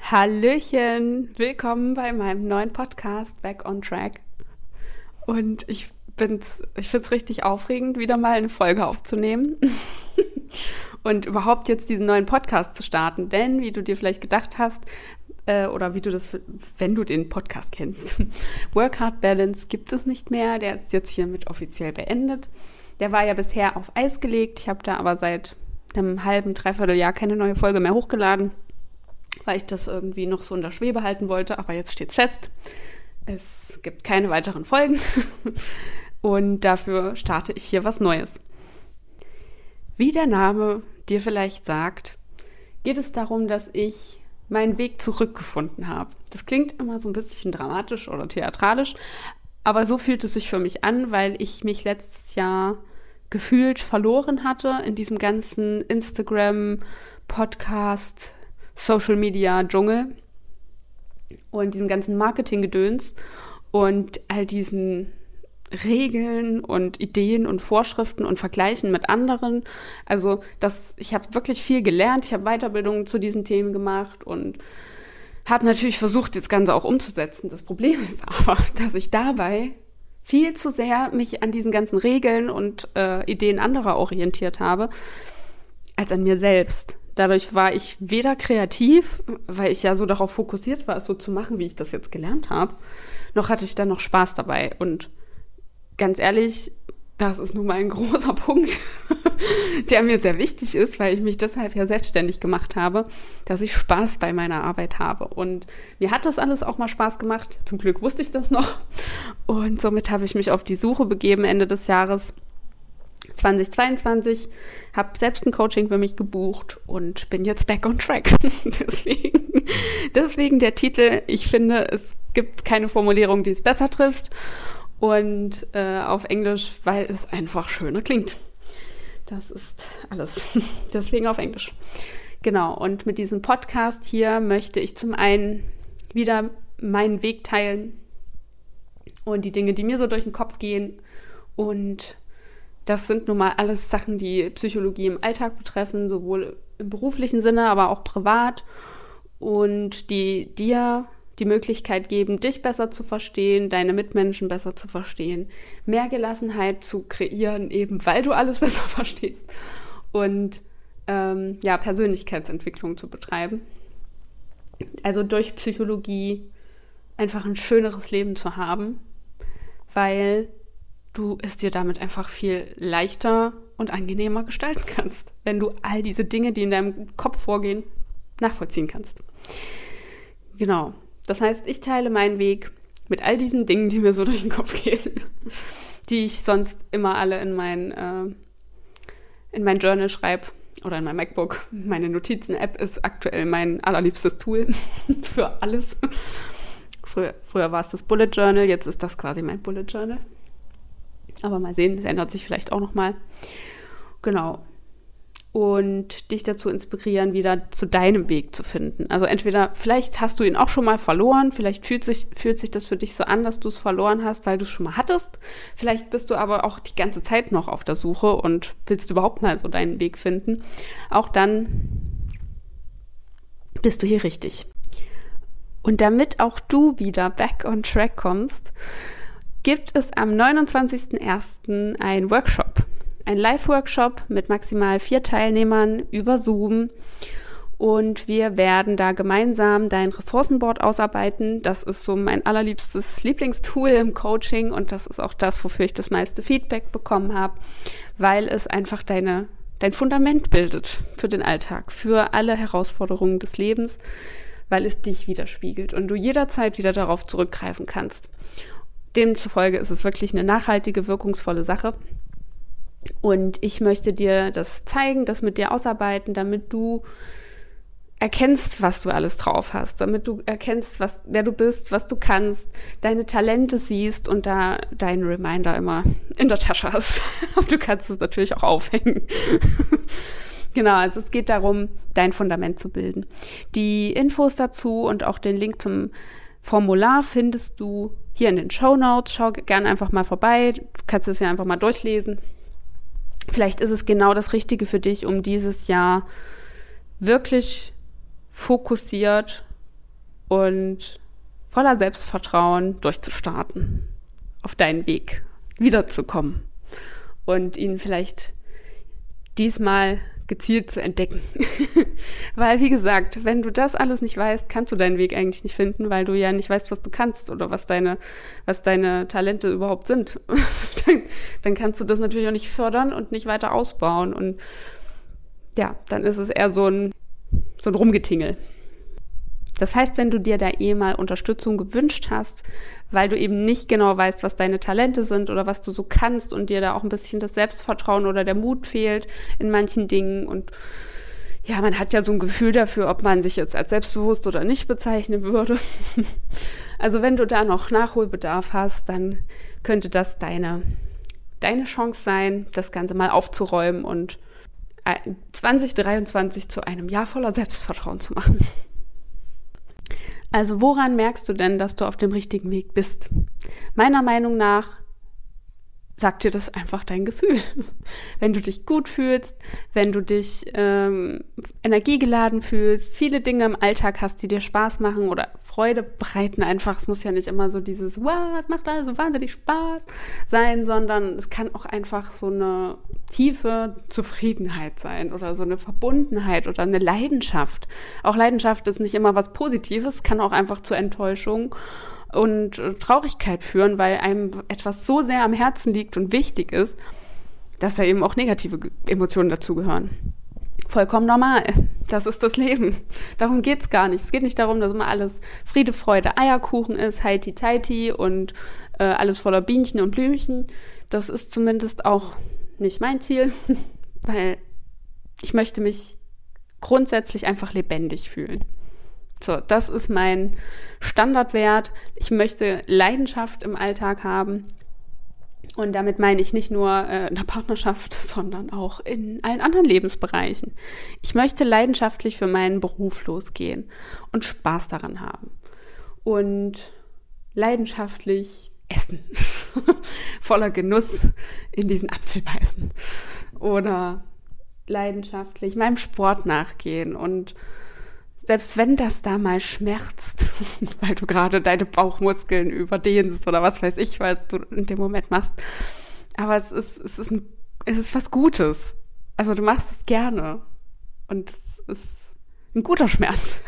Hallöchen, willkommen bei meinem neuen Podcast Back on Track. Und ich finde es richtig aufregend, wieder mal eine Folge aufzunehmen und überhaupt jetzt diesen neuen Podcast zu starten. Denn, wie du dir vielleicht gedacht hast, oder wie du das, wenn du den Podcast kennst, Work Hard Balance gibt es nicht mehr. Der ist jetzt hiermit offiziell beendet. Der war ja bisher auf Eis gelegt. Ich habe da aber seit einem halben, dreiviertel Jahr keine neue Folge mehr hochgeladen, weil ich das irgendwie noch so in der Schwebe halten wollte. Aber jetzt steht's fest. Es gibt keine weiteren Folgen und dafür starte ich hier was Neues. Wie der Name dir vielleicht sagt, geht es darum, dass ich meinen Weg zurückgefunden habe. Das klingt immer so ein bisschen dramatisch oder theatralisch, aber so fühlt es sich für mich an, weil ich mich letztes Jahr gefühlt verloren hatte in diesem ganzen Instagram, Podcast, Social Media Dschungel und diesem ganzen Marketing-Gedöns und all diesen Regeln und Ideen und Vorschriften und Vergleichen mit anderen. Also ich habe wirklich viel gelernt, ich habe Weiterbildungen zu diesen Themen gemacht und habe natürlich versucht, das Ganze auch umzusetzen. Das Problem ist aber, dass ich dabei viel zu sehr mich an diesen ganzen Regeln und Ideen anderer orientiert habe, als an mir selbst. Dadurch war ich weder kreativ, weil ich ja so darauf fokussiert war, es so zu machen, wie ich das jetzt gelernt habe, noch hatte ich dann noch Spaß dabei. Und ganz ehrlich, das ist nun mal ein großer Punkt, der mir sehr wichtig ist, weil ich mich deshalb ja selbstständig gemacht habe, dass ich Spaß bei meiner Arbeit habe. Und mir hat das alles auch mal Spaß gemacht. Zum Glück wusste ich das noch. Und somit habe ich mich auf die Suche begeben Ende des Jahres 2022, habe selbst ein Coaching für mich gebucht und bin jetzt back on track. Deswegen der Titel. Ich finde, es gibt keine Formulierung, die es besser trifft. Und auf Englisch, weil es einfach schöner klingt. Das ist alles. Deswegen auf Englisch. Genau, und mit diesem Podcast hier möchte ich zum einen wieder meinen Weg teilen und die Dinge, die mir so durch den Kopf gehen. Und das sind nun mal alles Sachen, die Psychologie im Alltag betreffen, sowohl im beruflichen Sinne, aber auch privat. Und die dir die Möglichkeit geben, dich besser zu verstehen, deine Mitmenschen besser zu verstehen, mehr Gelassenheit zu kreieren, eben weil du alles besser verstehst und Persönlichkeitsentwicklung zu betreiben. Also durch Psychologie einfach ein schöneres Leben zu haben, weil du es dir damit einfach viel leichter und angenehmer gestalten kannst, wenn du all diese Dinge, die in deinem Kopf vorgehen, nachvollziehen kannst. Genau. Das heißt, ich teile meinen Weg mit all diesen Dingen, die mir so durch den Kopf gehen, die ich sonst immer alle in mein Journal schreibe oder in mein MacBook. Meine Notizen-App ist aktuell mein allerliebstes Tool für alles. Früher war es das Bullet Journal, jetzt ist das quasi mein Bullet Journal. Aber mal sehen, das ändert sich vielleicht auch nochmal. Genau. Und dich dazu inspirieren, wieder zu deinem Weg zu finden. Also entweder, vielleicht hast du ihn auch schon mal verloren, vielleicht fühlt sich das für dich so an, dass du es verloren hast, weil du es schon mal hattest. Vielleicht bist du aber auch die ganze Zeit noch auf der Suche und willst überhaupt mal so deinen Weg finden. Auch dann bist du hier richtig. Und damit auch du wieder back on track kommst, gibt es am 29.01. einen Workshop. Ein Live-Workshop mit maximal 4 Teilnehmern über Zoom und wir werden da gemeinsam dein Ressourcenboard ausarbeiten. Das ist so mein allerliebstes Lieblingstool im Coaching und das ist auch das, wofür ich das meiste Feedback bekommen habe, weil es einfach dein Fundament bildet für den Alltag, für alle Herausforderungen des Lebens, weil es dich widerspiegelt und du jederzeit wieder darauf zurückgreifen kannst. Demzufolge ist es wirklich eine nachhaltige, wirkungsvolle Sache. Und ich möchte dir das zeigen, das mit dir ausarbeiten, damit du erkennst, was du alles drauf hast, damit du erkennst, wer du bist, was du kannst, deine Talente siehst und da deinen Reminder immer in der Tasche hast. Aber du kannst es natürlich auch aufhängen. Genau, also es geht darum, dein Fundament zu bilden. Die Infos dazu und auch den Link zum Formular findest du hier in den Shownotes. Schau gerne einfach mal vorbei, du kannst es ja einfach mal durchlesen. Vielleicht ist es genau das Richtige für dich, um dieses Jahr wirklich fokussiert und voller Selbstvertrauen durchzustarten, auf deinen Weg wiederzukommen und ihn vielleicht diesmal gezielt zu entdecken. Weil, wie gesagt, wenn du das alles nicht weißt, kannst du deinen Weg eigentlich nicht finden, weil du ja nicht weißt, was du kannst oder was deine Talente überhaupt sind. dann kannst du das natürlich auch nicht fördern und nicht weiter ausbauen. Und ja, dann ist es eher so ein Rumgetingel. Das heißt, wenn du dir da mal Unterstützung gewünscht hast, weil du eben nicht genau weißt, was deine Talente sind oder was du so kannst und dir da auch ein bisschen das Selbstvertrauen oder der Mut fehlt in manchen Dingen und ja, man hat ja so ein Gefühl dafür, ob man sich jetzt als selbstbewusst oder nicht bezeichnen würde. Also wenn du da noch Nachholbedarf hast, dann könnte das deine Chance sein, das Ganze mal aufzuräumen und 2023 zu einem Jahr voller Selbstvertrauen zu machen. Also woran merkst du denn, dass du auf dem richtigen Weg bist? Meiner Meinung nach sagt dir das einfach dein Gefühl. Wenn du dich gut fühlst, wenn du dich energiegeladen fühlst, viele Dinge im Alltag hast, die dir Spaß machen oder Freude bereiten einfach. Es muss ja nicht immer so dieses, wow, es macht alles so wahnsinnig Spaß sein, sondern es kann auch einfach so eine tiefe Zufriedenheit sein oder so eine Verbundenheit oder eine Leidenschaft. Auch Leidenschaft ist nicht immer was Positives, kann auch einfach zur Enttäuschung und Traurigkeit führen, weil einem etwas so sehr am Herzen liegt und wichtig ist, dass da eben auch negative Emotionen dazugehören. Vollkommen normal. Das ist das Leben. Darum geht's gar nicht. Es geht nicht darum, dass immer alles Friede, Freude, Eierkuchen ist, heiti-teiti und alles voller Bienchen und Blümchen. Das ist zumindest auch nicht mein Ziel, weil ich möchte mich grundsätzlich einfach lebendig fühlen. So, das ist mein Standardwert. Ich möchte Leidenschaft im Alltag haben. Und damit meine ich nicht nur in der Partnerschaft, sondern auch in allen anderen Lebensbereichen. Ich möchte leidenschaftlich für meinen Beruf losgehen und Spaß daran haben. Und leidenschaftlich essen. Voller Genuss in diesen Apfel beißen. Oder leidenschaftlich meinem Sport nachgehen und selbst wenn das da mal schmerzt, weil du gerade deine Bauchmuskeln überdehnst oder was weiß ich, was du in dem Moment machst. Aber es ist was Gutes. Also du machst es gerne. Und es ist ein guter Schmerz.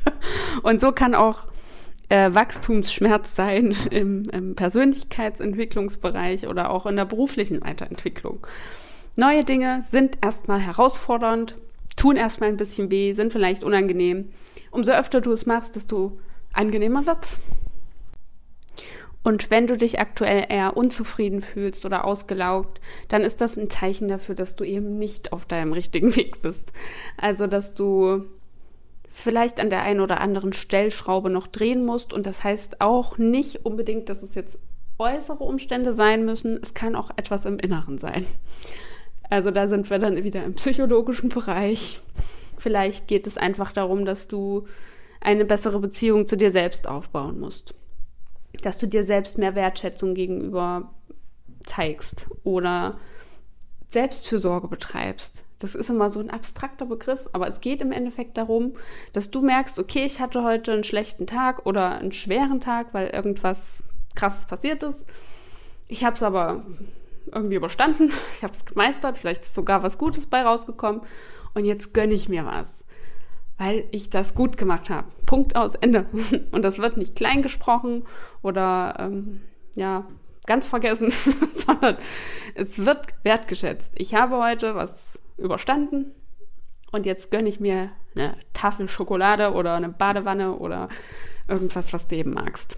Und so kann auch Wachstumsschmerz sein im Persönlichkeitsentwicklungsbereich oder auch in der beruflichen Weiterentwicklung. Neue Dinge sind erstmal herausfordernd, tun erstmal ein bisschen weh, sind vielleicht unangenehm. Umso öfter du es machst, desto angenehmer wird's. Und wenn du dich aktuell eher unzufrieden fühlst oder ausgelaugt, dann ist das ein Zeichen dafür, dass du eben nicht auf deinem richtigen Weg bist. Also, dass du vielleicht an der einen oder anderen Stellschraube noch drehen musst. Und das heißt auch nicht unbedingt, dass es jetzt äußere Umstände sein müssen. Es kann auch etwas im Inneren sein. Also da sind wir dann wieder im psychologischen Bereich. Vielleicht geht es einfach darum, dass du eine bessere Beziehung zu dir selbst aufbauen musst. Dass du dir selbst mehr Wertschätzung gegenüber zeigst oder Selbstfürsorge betreibst. Das ist immer so ein abstrakter Begriff, aber es geht im Endeffekt darum, dass du merkst, okay, ich hatte heute einen schlechten Tag oder einen schweren Tag, weil irgendwas Krasses passiert ist. Ich habe es aber irgendwie überstanden, ich habe es gemeistert, vielleicht ist sogar was Gutes bei rausgekommen und jetzt gönne ich mir was, weil ich das gut gemacht habe. Punkt, aus, Ende. Und das wird nicht klein gesprochen oder ganz vergessen, sondern es wird wertgeschätzt. Ich habe heute was überstanden und jetzt gönne ich mir eine Tafel Schokolade oder eine Badewanne oder irgendwas, was du eben magst.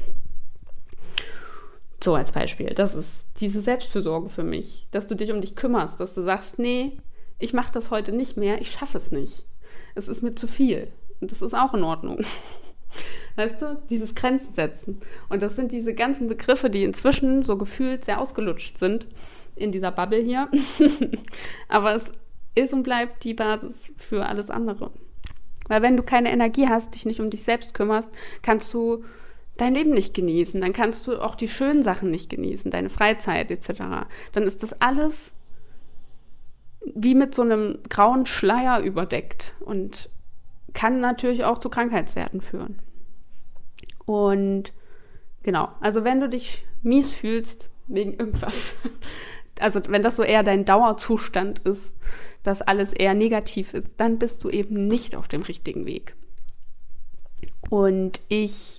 So als Beispiel. Das ist diese Selbstfürsorge für mich, dass du dich um dich kümmerst, dass du sagst, nee, ich mache das heute nicht mehr, ich schaffe es nicht. Es ist mir zu viel. Und das ist auch in Ordnung. Weißt du, dieses Grenzen setzen. Und das sind diese ganzen Begriffe, die inzwischen so gefühlt sehr ausgelutscht sind in dieser Bubble hier. Aber es ist und bleibt die Basis für alles andere. Weil wenn du keine Energie hast, dich nicht um dich selbst kümmerst, kannst du dein Leben nicht genießen. Dann kannst du auch die schönen Sachen nicht genießen, deine Freizeit etc. Dann ist das alles wie mit so einem grauen Schleier überdeckt und kann natürlich auch zu Krankheitswerten führen. Und genau, also wenn du dich mies fühlst wegen irgendwas, also wenn das so eher dein Dauerzustand ist, dass alles eher negativ ist, dann bist du eben nicht auf dem richtigen Weg. Und ich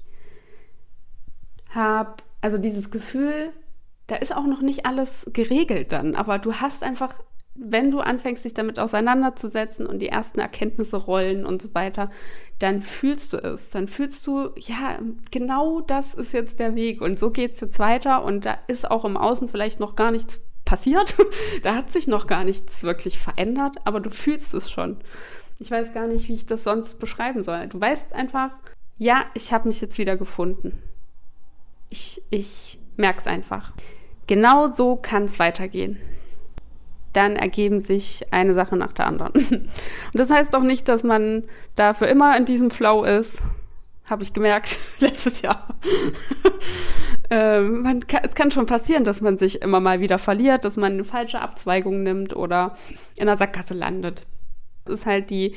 habe also dieses Gefühl, da ist auch noch nicht alles geregelt dann, aber du hast einfach, wenn du anfängst, dich damit auseinanderzusetzen und die ersten Erkenntnisse rollen und so weiter, dann fühlst du es. Dann fühlst du, ja, genau das ist jetzt der Weg und so geht es jetzt weiter und da ist auch im Außen vielleicht noch gar nichts passiert. Da hat sich noch gar nichts wirklich verändert, aber du fühlst es schon. Ich weiß gar nicht, wie ich das sonst beschreiben soll. Du weißt einfach, ja, ich habe mich jetzt wieder gefunden. Ich merke es einfach. Genau so kann es weitergehen. Dann ergeben sich eine Sache nach der anderen. Und das heißt auch nicht, dass man da für immer in diesem Flow ist. Habe ich gemerkt, letztes Jahr. Es kann schon passieren, dass man sich immer mal wieder verliert, dass man eine falsche Abzweigung nimmt oder in einer Sackgasse landet. Das ist halt die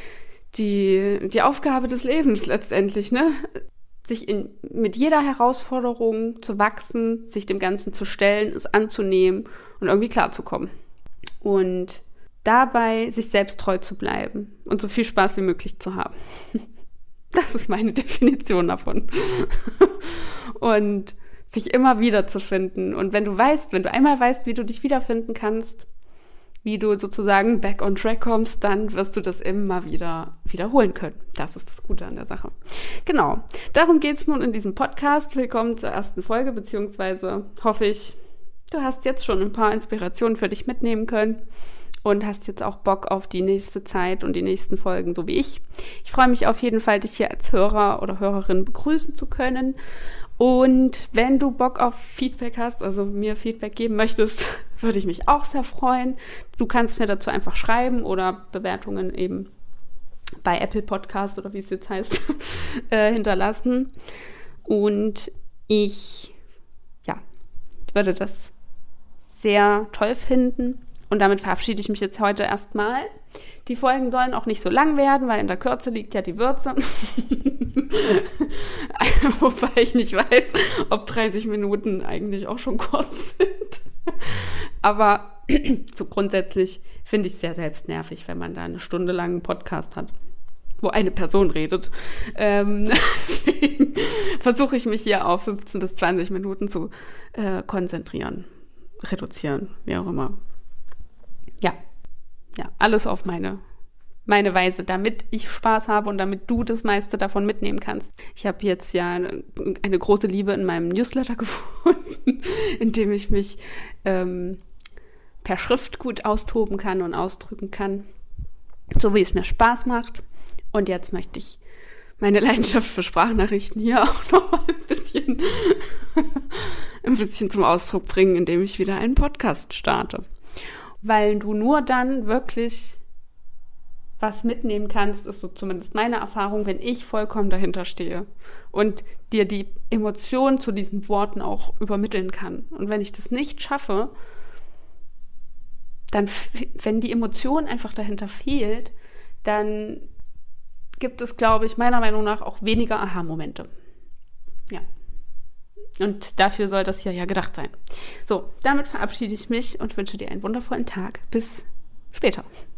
Aufgabe des Lebens letztendlich, ne? Sich mit jeder Herausforderung zu wachsen, sich dem Ganzen zu stellen, es anzunehmen und irgendwie klarzukommen. Und dabei sich selbst treu zu bleiben und so viel Spaß wie möglich zu haben. Das ist meine Definition davon. Und sich immer wieder zu finden. Und wenn du einmal weißt, wie du dich wiederfinden kannst, wie du sozusagen back on track kommst, dann wirst du das immer wieder wiederholen können. Das ist das Gute an der Sache. Genau, darum geht es nun in diesem Podcast. Willkommen zur ersten Folge, beziehungsweise hoffe ich, du hast jetzt schon ein paar Inspirationen für dich mitnehmen können und hast jetzt auch Bock auf die nächste Zeit und die nächsten Folgen, so wie ich. Ich freue mich auf jeden Fall, dich hier als Hörer oder Hörerin begrüßen zu können. Und wenn du Bock auf Feedback hast, also mir Feedback geben möchtest, würde ich mich auch sehr freuen. Du kannst mir dazu einfach schreiben oder Bewertungen eben bei Apple Podcast oder wie es jetzt heißt, hinterlassen. Und ich würde das sehr toll finden. Und damit verabschiede ich mich jetzt heute erstmal. Die Folgen sollen auch nicht so lang werden, weil in der Kürze liegt ja die Würze. Wobei ich nicht weiß, ob 30 Minuten eigentlich auch schon kurz sind. Aber so grundsätzlich finde ich es sehr selbstnervig, wenn man da eine Stunde lang einen Podcast hat, wo eine Person redet. Deswegen versuche ich mich hier auf 15 bis 20 Minuten zu konzentrieren, reduzieren, wie auch immer. Ja, alles auf meine Weise, damit ich Spaß habe und damit du das meiste davon mitnehmen kannst. Ich habe jetzt ja eine große Liebe in meinem Newsletter gefunden, in dem ich mich per Schrift gut austoben kann und ausdrücken kann, so wie es mir Spaß macht. Und jetzt möchte ich meine Leidenschaft für Sprachnachrichten hier auch noch mal ein bisschen zum Ausdruck bringen, indem ich wieder einen Podcast starte. Weil du nur dann wirklich was mitnehmen kannst, ist so zumindest meine Erfahrung, wenn ich vollkommen dahinter stehe und dir die Emotion zu diesen Worten auch übermitteln kann. Und wenn ich das nicht schaffe, dann, wenn die Emotion einfach dahinter fehlt, dann gibt es, glaube ich, meiner Meinung nach auch weniger Aha-Momente. Ja. Und dafür soll das hier ja gedacht sein. So, damit verabschiede ich mich und wünsche dir einen wundervollen Tag. Bis später.